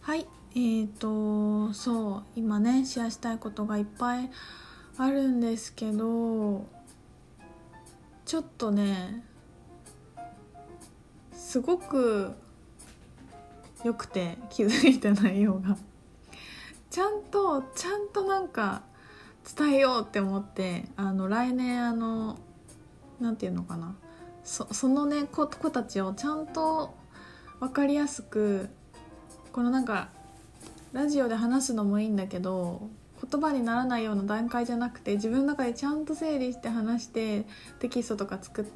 はい、そう今ねシェアしたいことがいっぱいあるんですけど、ちょっとねすごく良くて気づいた内容がちゃんとなんか伝えようって思って、来年なんていうのかな、そのね子たちをちゃんと分かりやすく、このなんかラジオで話すのもいいんだけど、言葉にならないような段階じゃなくて自分の中でちゃんと整理して話してテキストとか作って、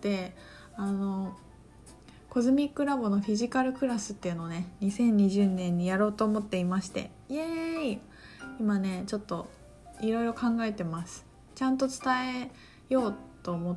コズミックラボのフィジカルクラスっていうのをね2020年にやろうと思っていまして、イエーイ。今ねちょっといろいろ考えてます。ちゃんと伝えようと思って。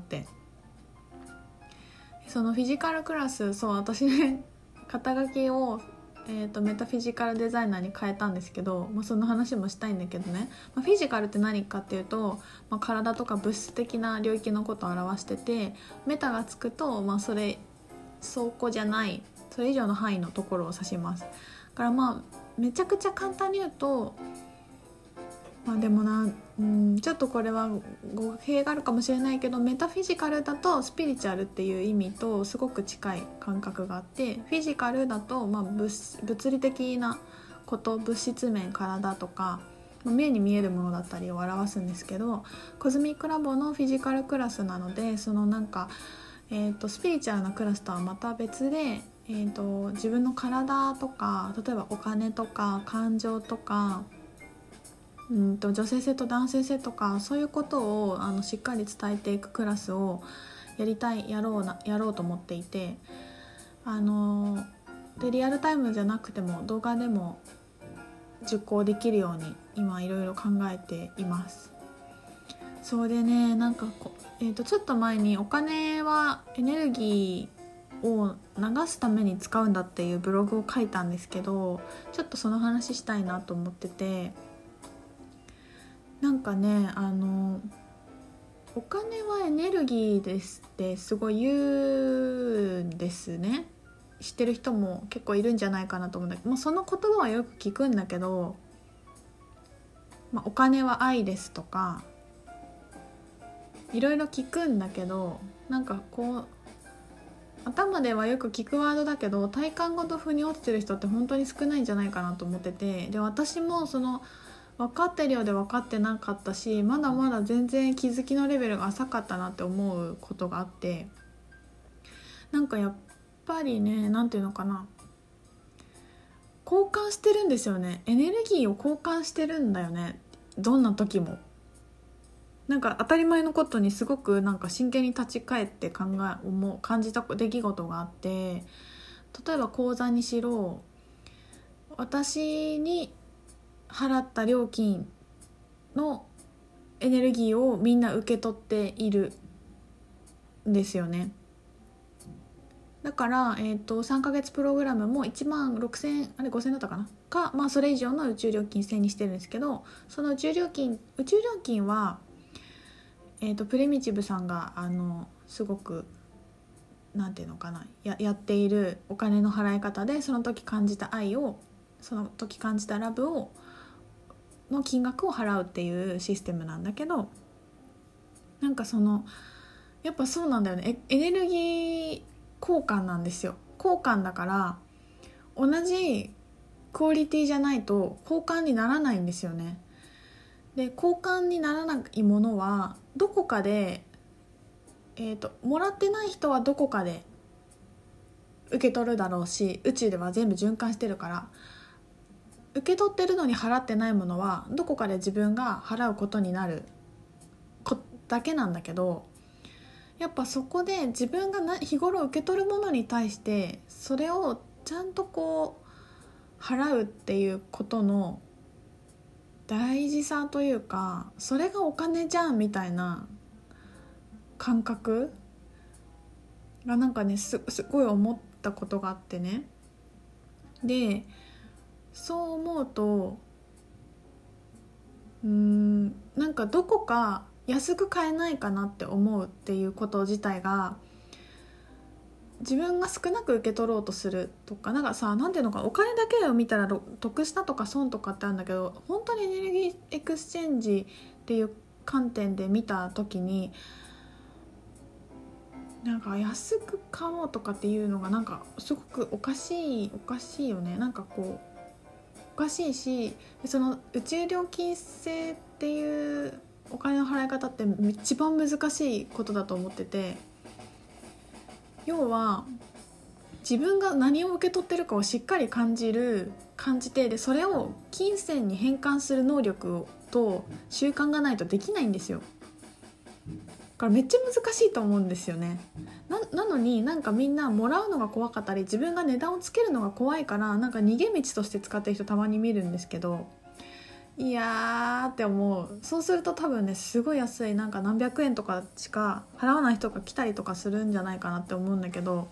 そのフィジカルクラス、そう私ね肩書きをメタフィジカルデザイナーに変えたんですけど、その話もしたいんだけどね、フィジカルって何かっていうと、体とか物質的な領域のことを表してて、メタがつくと、そこじゃない、それ以上の範囲のところを指します。だからめちゃくちゃ簡単に言うと、でもちょっとこれは語弊があるかもしれないけど、メタフィジカルだとスピリチュアルっていう意味とすごく近い感覚があって、フィジカルだと物理的なこと、物質面、体とか目に見えるものだったりを表すんですけど、コズミックラボのフィジカルクラスなので、そのスピリチュアルなクラスとはまた別で、自分の体とか、例えばお金とか感情とか女性性と男性性とか、そういうことをしっかり伝えていくクラスをやろうと思っていて、でリアルタイムじゃなくても動画でも受講できるように今いろいろ考えています。そうでね、ちょっと前にお金はエネルギーを流すために使うんだっていうブログを書いたんですけど、ちょっとその話したいなと思ってて、お金はエネルギーですってすごい言うんですね。知ってる人も結構いるんじゃないかなと思うんだけど、その言葉はよく聞くんだけど、お金は愛ですとかいろいろ聞くんだけど、頭ではよく聞くワードだけど、体感ごと腑に落ちてる人って本当に少ないんじゃないかなと思ってて、で私も分かってるようで分かってなかったし、まだまだ全然気づきのレベルが浅かったなって思うことがあって、やっぱりね、なんていうのかな、交換してるんですよね。エネルギーを交換してるんだよね、どんな時も。当たり前のことにすごく真剣に立ち返って感じた出来事があって、例えば講座にしろ、私に払った料金のエネルギーをみんな受け取っているんですよね。だから、3ヶ月プログラムも1万6000円、あれ5000円だったかなか、それ以上の宇宙料金制にしてるんですけど、その宇宙料金は、プリミティブさんがすごくなんていうのかな、やっているお金の払い方で、その時感じた愛を、その時感じたラブをの金額を払うっていうシステムなんだけど、やっぱそうなんだよね。エネルギー交換なんですよ。交換だから同じクオリティじゃないと交換にならないんですよね。で交換にならないものはどこかで、もらってない人はどこかで受け取るだろうし、宇宙では全部循環してるから、受け取ってるのに払ってないものはどこかで自分が払うことになるだけなんだけど、やっぱそこで自分が日頃受け取るものに対してそれをちゃんと払うっていうことの大事さというか、それがお金じゃんみたいな感覚がすごい思ったことがあってね。でそう思うと、どこか安く買えないかなって思うっていうこと自体が自分が少なく受け取ろうとするとか、なんかさ、なんていうのか、お金だけを見たら得したとか損とかってあるんだけど、本当にエネルギーエクスチェンジっていう観点で見た時に、なんか安く買おうとかっていうのがなんかすごくおかしいよね。なんかこうおかしいし、その宇宙料金制っていうお金の払い方って一番難しいことだと思ってて、要は自分が何を受け取ってるかをしっかり感じて、でそれを金銭に変換する能力と習慣がないとできないんですよ。だからめっちゃ難しいと思うんですよね。なのになんかみんなもらうのが怖かったり、自分が値段をつけるのが怖いから、なんか逃げ道として使ってる人たまに見るんですけど、いやーって思う。そうすると多分ね、すごい安いなんか何百円とかしか払わない人が来たりとかするんじゃないかなって思うんだけど、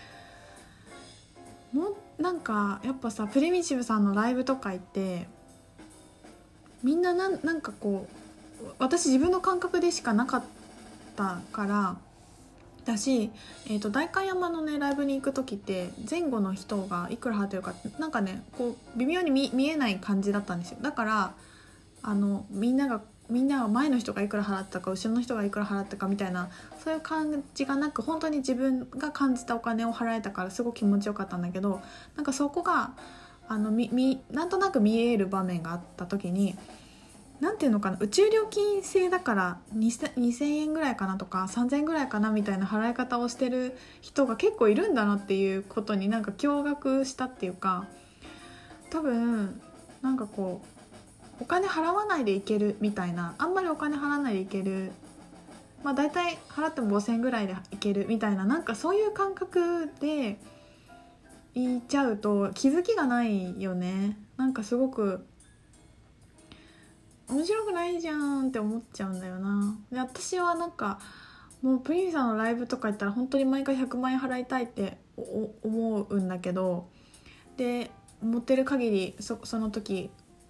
もうなんかやっぱさ、プリミティブさんのライブとか行ってみんななんかこう、私自分の感覚でしかなかったからだし、代官山のねライブに行く時って前後の人がいくら払ってるかなんかねこう微妙に見えない感じだったんですよ。だからみんなが前の人がいくら払ったか後ろの人がいくら払ったかみたいな、そういう感じがなく、本当に自分が感じたお金を払えたからすごく気持ちよかったんだけど、なんかそこがなんとなく見える場面があった時に、なんていうのかな、宇宙料金制だから2000円ぐらいかなとか3000円ぐらいかなみたいな払い方をしてる人が結構いるんだなっていうことになんか驚愕したっていうか、多分なんかこうお金払わないでいけるみたいな、あんまりお金払わないでいける、まあ大体払っても5000円ぐらいでいけるみたいな、なんかそういう感覚で言っちゃうと気づきがないよね。なんかすごく面白くないじゃんって思っちゃうんだよな。で私はなんかもうプリンさんのライブとか行ったら本当に毎回100万円払いたいって思うんだけど、で持ってる限りその時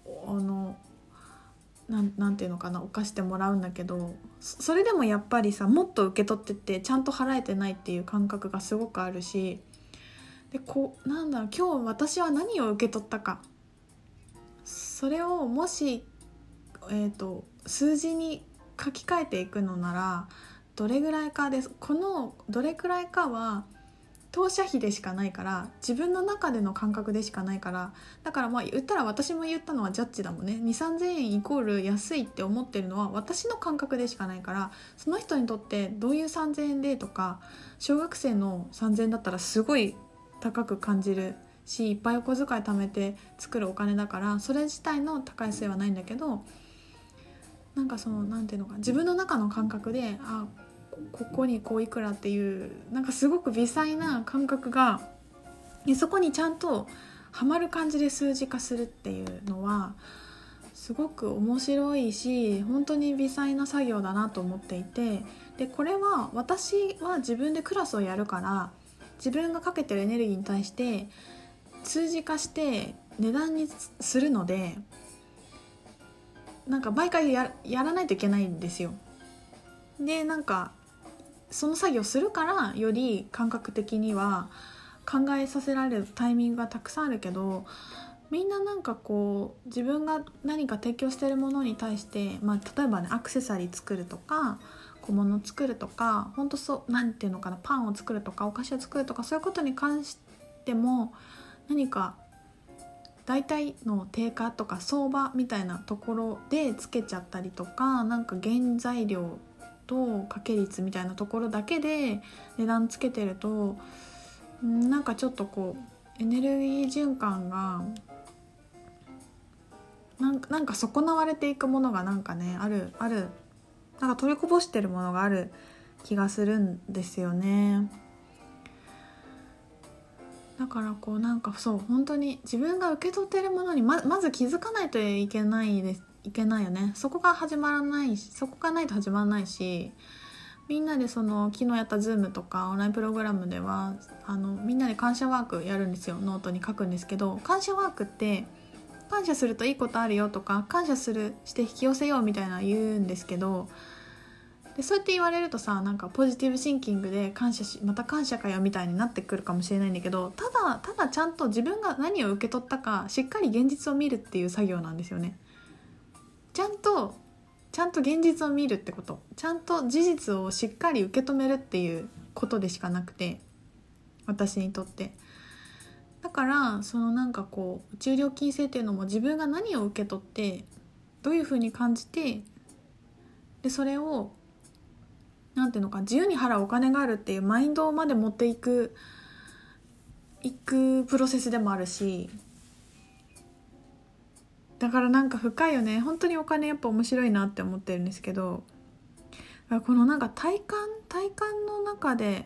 なんていうのかな、犯してもらうんだけど、それでもやっぱりさ、もっと受け取ってってちゃんと払えてないっていう感覚がすごくあるし、でなんだろう、今日私は何を受け取ったか、それをもし数字に書き換えていくのならどれぐらいかです。このどれくらいかは当社費でしかないから、自分の中での感覚でしかないから、だからまあ言ったら私も言ったのはジャッジだもんね。2,3000円イコール安いって思ってるのは私の感覚でしかないから、その人にとってどういう3000円でとか、小学生の3000円だったらすごい高く感じるし、いっぱいお小遣い貯めて作るお金だから、それ自体の高いせいはないんだけど、なんかそのなんていうのか、自分の中の感覚でここにこういくらっていう、なんかすごく微細な感覚がそこにちゃんとはまる感じで数字化するっていうのはすごく面白いし、本当に微細な作業だなと思っていて、でこれは私は自分でクラスをやるから、自分がかけてるエネルギーに対して数字化して値段にするので、なんか毎回やらないといけないんですよ。でなんかその作業するからより感覚的には考えさせられるタイミングがたくさんあるけど、みんななんかこう自分が何か提供してるものに対して、まあ、例えばねアクセサリー作るとか小物作るとか、本当そうなんていうのかな、パンを作るとかお菓子を作るとか、そういうことに関しても何か大体の定価とか相場みたいなところでつけちゃったりとか、なんか原材料と掛け率みたいなところだけで値段つけてると、なんかちょっとこうエネルギー循環がなんか損なわれていくものがなんかねあるなんか取りこぼしてるものがある気がするんですよね。だからこうなんかそう本当に自分が受け取っているものにまず気づかないといけないよね。そこがないと始まらないし、みんなでその昨日やったズームとかオンラインプログラムではみんなで感謝ワークやるんですよ。ノートに書くんですけど、感謝ワークって感謝するといいことあるよとか、感謝して引き寄せようみたいな言うんですけど、 でそうやって言われるとさ、なんかポジティブシンキングでまた感謝かよみたいになってくるかもしれないんだけど、ただちゃんと自分が何を受け取ったかしっかり現実を見るっていう作業なんですよね。ちゃんと現実を見るってこと、ちゃんと事実をしっかり受け止めるっていうことでしかなくて、私にとって。だからそのなんかこう宇宙料金制っていうのも自分が何を受け取ってどういうふうに感じて、でそれをなんていうのか、自由に払うお金があるっていうマインドまで持っていくプロセスでもあるし、だからなんか深いよね。本当にお金やっぱ面白いなって思ってるんですけど、このなんか体感の中で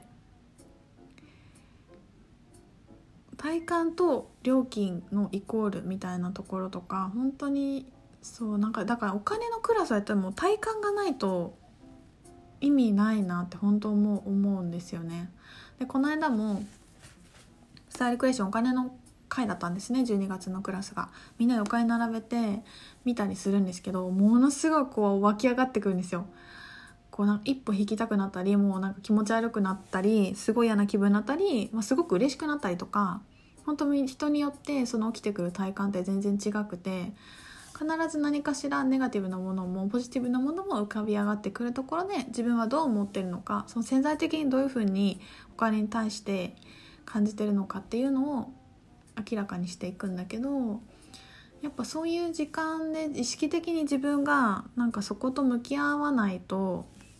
体感と料金のイコールみたいなところとか、本当にそうなんかだからお金のクラスをやったらもう体感がないと意味ないなって本当思うんですよね。でこの間もスタイルクエスチョンお金の回だったんですね。12月のクラスがみんなでお金並べて見たりするんですけど、ものすごいこう湧き上がってくるんですよ。こうなんか一歩引きたくなったり、もうなんか気持ち悪くなったり、すごい嫌な気分になったり、すごく嬉しくなったりとか、本当に人によってその起きてくる体感って全然違くて、必ず何かしらネガティブなものもポジティブなものも浮かび上がってくるところで、自分はどう思ってるのか、その潜在的にどういうふうにお金に対して感じてるのかっていうのを明らかにしていくんだけど、やっぱそういう時間で意識的に自分がなんかそこと向き合わないと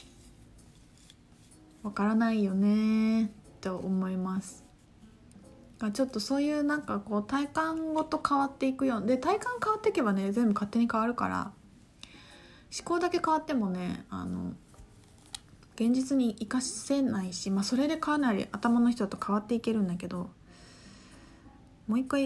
わからないよねと思います。ちょっとそういうなんかこう体感ごと変わっていくよで、体感変わっていけばね全部勝手に変わるから、思考だけ変わってもね現実に生かせないし、それでかなり頭の人だと変わっていけるんだけど、もう一回